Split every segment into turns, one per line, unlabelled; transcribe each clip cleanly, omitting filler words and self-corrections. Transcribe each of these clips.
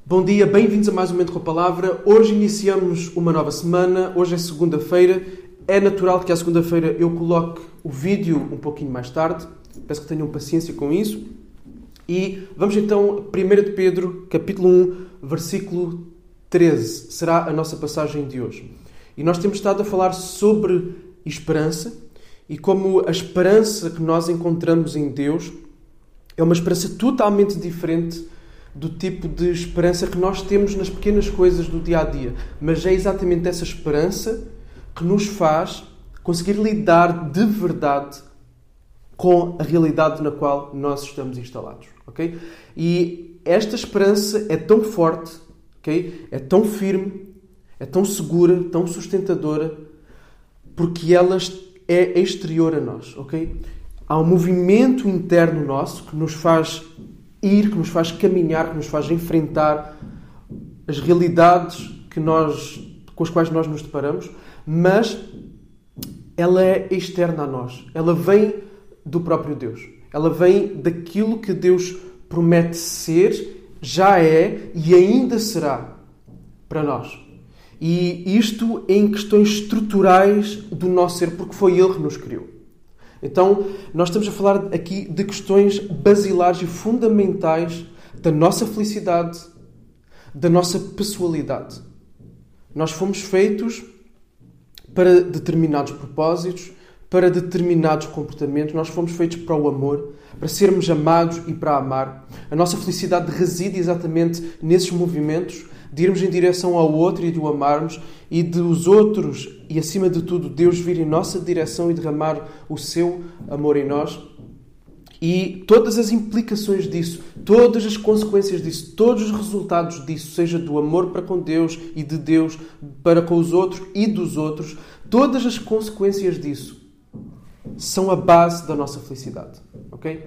Bom dia, bem-vindos a mais um Momento com a Palavra. Hoje iniciamos uma nova semana, hoje é segunda-feira. É natural que à segunda-feira eu coloque o vídeo um pouquinho mais tarde. Peço que tenham paciência com isso. E vamos então a 1 de Pedro, capítulo 1, versículo 13. Será a nossa passagem de hoje. E nós temos estado a falar sobre esperança e como a esperança que nós encontramos em Deus é uma esperança totalmente diferente do tipo de esperança que nós temos nas pequenas coisas do dia-a-dia. Mas é exatamente essa esperança que nos faz conseguir lidar de verdade com a realidade na qual nós estamos instalados. Okay? E esta esperança é tão forte, okay? É tão firme, é tão segura, tão sustentadora, porque ela é exterior a nós. Okay? Há um movimento interno nosso que nos faz ir, que nos faz caminhar, que nos faz enfrentar as realidades com as quais nós nos deparamos, mas ela é externa a nós. Ela vem do próprio Deus. Ela vem daquilo que Deus promete ser, já é e ainda será para nós. E isto em questões estruturais do nosso ser, porque foi Ele que nos criou. Então, nós estamos a falar aqui de questões basilares e fundamentais da nossa felicidade, da nossa pessoalidade. Nós fomos feitos para determinados propósitos, para determinados comportamentos. Nós fomos feitos para o amor, para sermos amados e para amar. A nossa felicidade reside exatamente nesses movimentos de irmos em direção ao outro e de o amarmos e de os outros e, acima de tudo, Deus vir em nossa direção e derramar o seu amor em nós. E todas as implicações disso, todas as consequências disso, todos os resultados disso, seja do amor para com Deus e de Deus para com os outros e dos outros, todas as consequências disso são a base da nossa felicidade. Ok?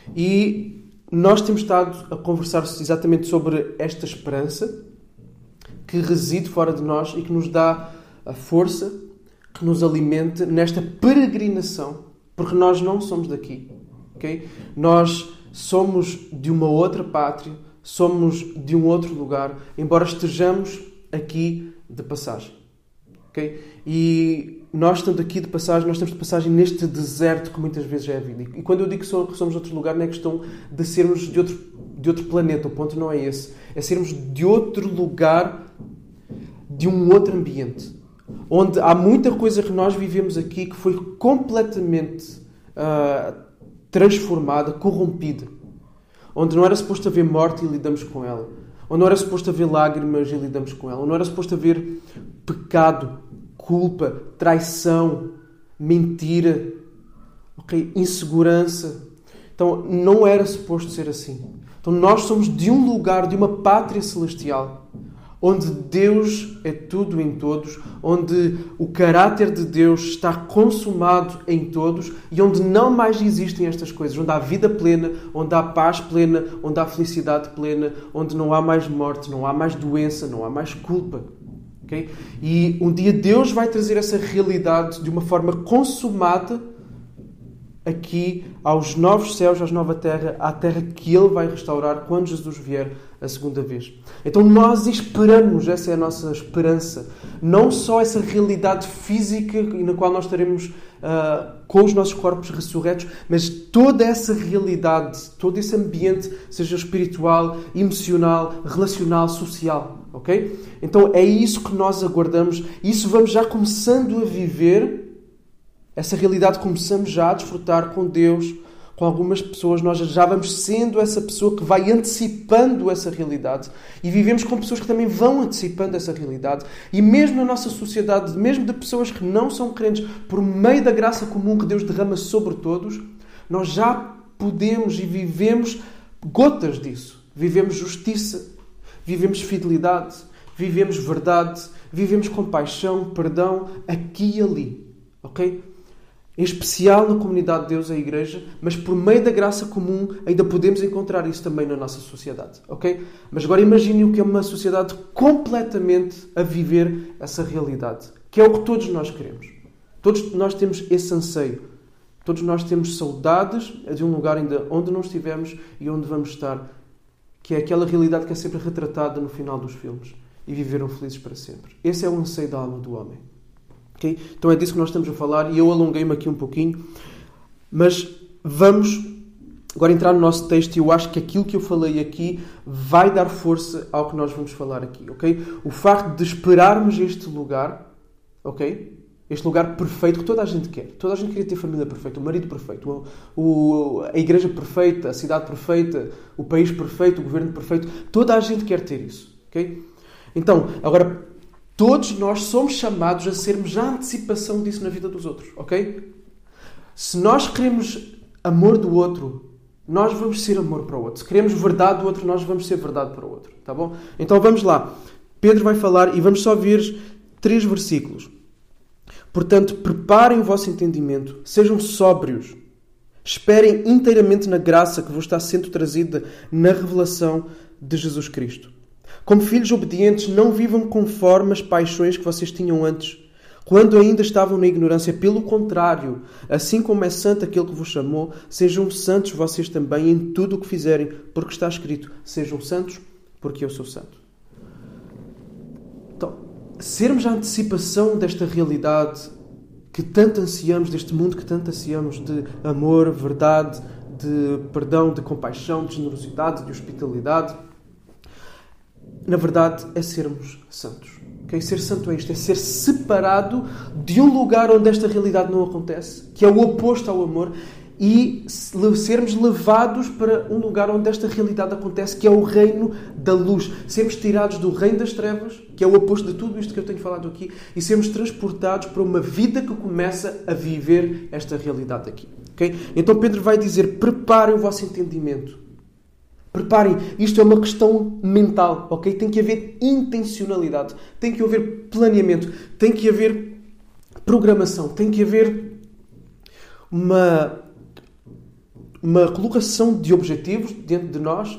E nós temos estado a conversar exatamente sobre esta esperança que reside fora de nós e que nos dá a força, que nos alimenta nesta peregrinação, porque nós não somos daqui. Okay? Nós somos de uma outra pátria, somos de um outro lugar, embora estejamos aqui de passagem. Okay? E nós estando aqui de passagem, nós estamos de passagem neste deserto que muitas vezes é a vida. E quando eu digo que somos de outro lugar, não é questão de sermos de outro planeta. O ponto não é esse. É sermos de outro lugar, de um outro ambiente. Onde há muita coisa que nós vivemos aqui que foi completamente transformada, corrompida. Onde não era suposto haver morte e lidamos com ela. Onde não era suposto haver lágrimas e lidamos com ela. Onde não era suposto haver pecado, culpa, traição, mentira, okay? Insegurança. Então, não era suposto ser assim. Então, nós somos de um lugar, de uma pátria celestial, onde Deus é tudo em todos, onde o caráter de Deus está consumado em todos e onde não mais existem estas coisas, onde há vida plena, onde há paz plena, onde há felicidade plena, onde não há mais morte, não há mais doença, não há mais culpa. Okay? E um dia Deus vai trazer essa realidade de uma forma consumada aqui aos novos céus, à nova terra, à terra que Ele vai restaurar quando Jesus vier a segunda vez. Então nós esperamos, essa é a nossa esperança, não só essa realidade física na qual nós estaremos com os nossos corpos ressurretos, mas toda essa realidade, todo esse ambiente, seja espiritual, emocional, relacional, social. Ok? Então é isso que nós aguardamos, isso vamos já começando a viver. Essa realidade começamos já a desfrutar com Deus, com algumas pessoas. Nós já vamos sendo essa pessoa que vai antecipando essa realidade. E vivemos com pessoas que também vão antecipando essa realidade. E mesmo na nossa sociedade, mesmo de pessoas que não são crentes, por meio da graça comum que Deus derrama sobre todos, nós já podemos e vivemos gotas disso. Vivemos justiça, vivemos fidelidade, vivemos verdade, vivemos compaixão, perdão, aqui e ali. Ok? Em especial na comunidade de Deus, a Igreja, mas por meio da graça comum ainda podemos encontrar isso também na nossa sociedade. Ok? Mas agora imaginem o que é uma sociedade completamente a viver essa realidade, que é o que todos nós queremos. Todos nós temos esse anseio. Todos nós temos saudades de um lugar ainda onde não estivemos e onde vamos estar que é aquela realidade que é sempre retratada no final dos filmes, e viveram felizes para sempre. Esse é o anseio da alma do homem. Okay? Então é disso que nós estamos a falar, e eu alonguei-me aqui um pouquinho, mas vamos agora entrar no nosso texto, e eu acho que aquilo que eu falei aqui vai dar força ao que nós vamos falar aqui. Okay? O facto de esperarmos este lugar, okay? Este lugar perfeito que toda a gente quer. Toda a gente queria ter família perfeita, o marido perfeito, a igreja perfeita, a cidade perfeita, o país perfeito, o governo perfeito. Toda a gente quer ter isso. Okay? Então, agora, todos nós somos chamados a sermos a antecipação disso na vida dos outros. Ok? Se nós queremos amor do outro, nós vamos ser amor para o outro. Se queremos verdade do outro, nós vamos ser verdade para o outro. Tá bom? Então vamos lá. Pedro vai falar e vamos só ver 3 versículos. Portanto, preparem o vosso entendimento, sejam sóbrios, esperem inteiramente na graça que vos está sendo trazida na revelação de Jesus Cristo. Como filhos obedientes, não vivam conforme as paixões que vocês tinham antes, quando ainda estavam na ignorância. Pelo contrário, assim como é santo aquele que vos chamou, sejam santos vocês também em tudo o que fizerem, porque está escrito, sejam santos, porque eu sou santo. Então, sermos a antecipação desta realidade que tanto ansiamos, deste mundo que tanto ansiamos, de amor, verdade, de perdão, de compaixão, de generosidade, de hospitalidade, na verdade é sermos santos. Okay? Ser santo é isto, é ser separado de um lugar onde esta realidade não acontece, que é o oposto ao amor, e sermos levados para um lugar onde esta realidade acontece, que é o reino da luz. Sermos tirados do reino das trevas, que é o oposto de tudo isto que eu tenho falado aqui, e sermos transportados para uma vida que começa a viver esta realidade aqui. Okay? Então Pedro vai dizer, preparem o vosso entendimento. Preparem. Isto é uma questão mental. Okay? Tem que haver intencionalidade. Tem que haver planeamento. Tem que haver programação. Tem que haver uma colocação de objetivos dentro de nós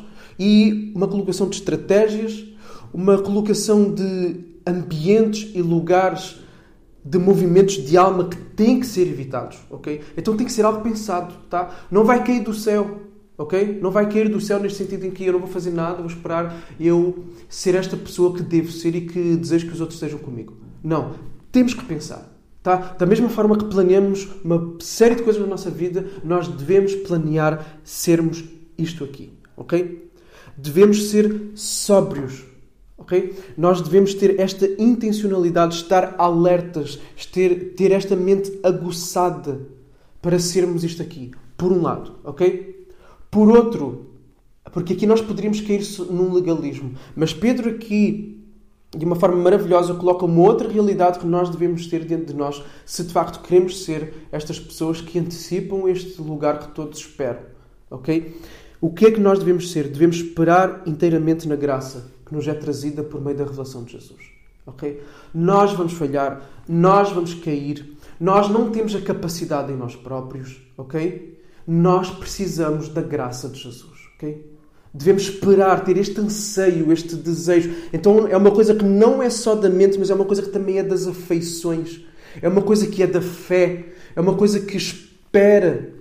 e uma colocação de estratégias, uma colocação de ambientes e lugares de movimentos de alma que têm que ser evitados, ok? Então tem que ser algo pensado, tá? Não vai cair do céu, ok? Não vai cair do céu neste sentido em que eu não vou fazer nada, vou esperar eu ser esta pessoa que devo ser e que desejo que os outros estejam comigo. Não. Temos que pensar. Tá? Da mesma forma que planeamos uma série de coisas na nossa vida, nós devemos planear sermos isto aqui. Ok? Devemos ser sóbrios. Ok? Nós devemos ter esta intencionalidade, estar alertas, ter esta mente aguçada para sermos isto aqui. Por um lado. Ok? Por outro, porque aqui nós poderíamos cair num legalismo. Mas Pedro aqui, de uma forma maravilhosa, coloca uma outra realidade que nós devemos ter dentro de nós, se de facto queremos ser estas pessoas que antecipam este lugar que todos esperam. Ok? O que é que nós devemos ser? Devemos esperar inteiramente na graça que nos é trazida por meio da revelação de Jesus. Ok? Nós vamos falhar, nós vamos cair, nós não temos a capacidade em nós próprios. Ok? Nós precisamos da graça de Jesus. Ok? Devemos esperar, ter este anseio, este desejo. Então é uma coisa que não é só da mente, mas é uma coisa que também é das afeições. É uma coisa que é da fé. É uma coisa que espera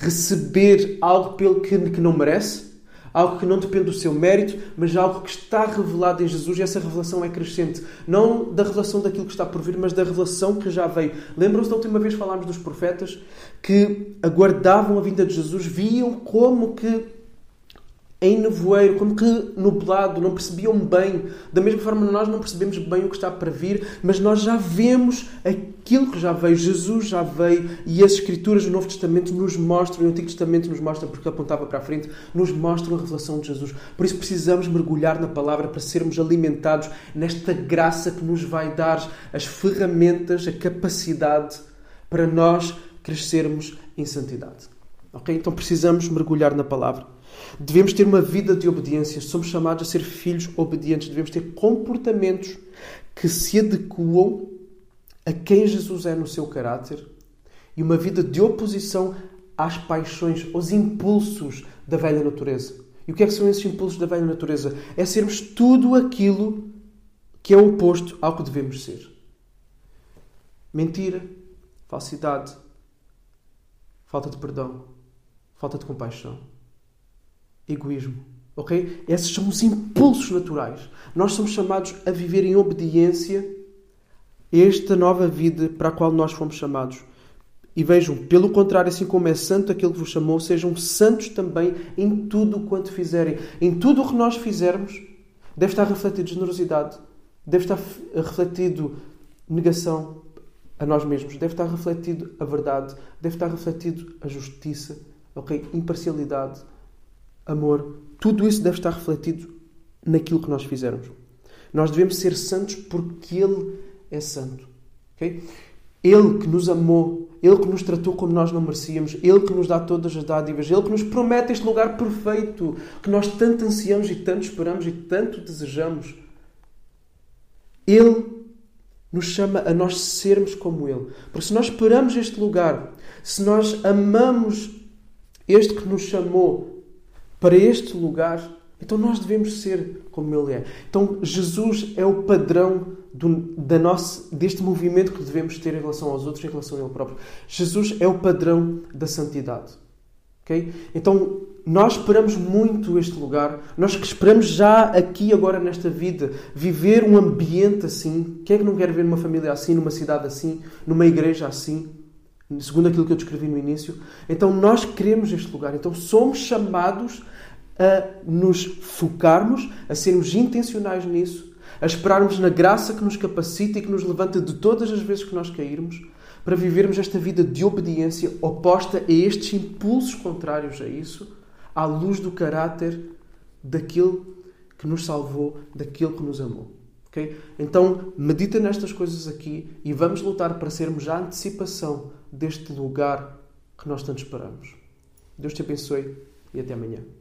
receber algo pelo que não merece. Algo que não depende do seu mérito, mas algo que está revelado em Jesus, e essa revelação é crescente. Não da revelação daquilo que está por vir, mas da revelação que já veio. Lembram-se da última vez que falámos dos profetas que aguardavam a vinda de Jesus, viam como que em nevoeiro, como que nublado, não percebiam bem. Da mesma forma, nós não percebemos bem o que está para vir, mas nós já vemos aquilo que já veio. Jesus já veio, e as Escrituras do Novo Testamento nos mostram, e o Antigo Testamento nos mostra, porque apontava para a frente, nos mostram a revelação de Jesus. Por isso precisamos mergulhar na palavra para sermos alimentados nesta graça que nos vai dar as ferramentas, a capacidade para nós crescermos em santidade. Ok? Então precisamos mergulhar na palavra. Devemos ter uma vida de obediência. Somos chamados a ser filhos obedientes. Devemos ter comportamentos que se adequam a quem Jesus é no seu caráter e uma vida de oposição às paixões, aos impulsos da velha natureza. E o que é que são esses impulsos da velha natureza? É sermos tudo aquilo que é o oposto ao que devemos ser. Mentira, falsidade, falta de perdão, falta de compaixão, egoísmo, Ok? Esses são os impulsos naturais. Nós somos chamados a viver em obediência a esta nova vida para a qual nós fomos chamados. E vejam, pelo contrário, assim como é santo aquele que vos chamou, sejam santos também em tudo o quanto fizerem. Em tudo o que nós fizermos, deve estar refletido generosidade, deve estar refletido negação a nós mesmos, deve estar refletido a verdade, deve estar refletido a justiça, okay? Imparcialidade, amor. Tudo isso deve estar refletido naquilo que nós fizermos. Nós devemos ser santos porque Ele é santo. Okay? Ele que nos amou, Ele que nos tratou como nós não merecíamos, Ele que nos dá todas as dádivas, Ele que nos promete este lugar perfeito que nós tanto ansiamos e tanto esperamos e tanto desejamos. Ele nos chama a nós sermos como Ele. Porque se nós esperamos este lugar, se nós amamos este que nos chamou para este lugar, então nós devemos ser como Ele é. Então Jesus é o padrão deste movimento que devemos ter em relação aos outros, em relação a Ele próprio. Jesus é o padrão da santidade. Okay? Então nós esperamos muito este lugar. Nós esperamos já aqui, agora nesta vida, viver um ambiente assim. Quem é que não quer viver numa família assim, numa cidade assim, numa igreja assim? Segundo aquilo que eu descrevi no início. Então nós queremos este lugar. Então somos chamados a nos focarmos, a sermos intencionais nisso, a esperarmos na graça que nos capacita e que nos levanta de todas as vezes que nós cairmos, para vivermos esta vida de obediência oposta a estes impulsos contrários a isso, à luz do caráter daquele que nos salvou, daquele que nos amou. Okay? Então, medita nestas coisas aqui e vamos lutar para sermos a antecipação deste lugar que nós tanto esperamos. Deus te abençoe e até amanhã.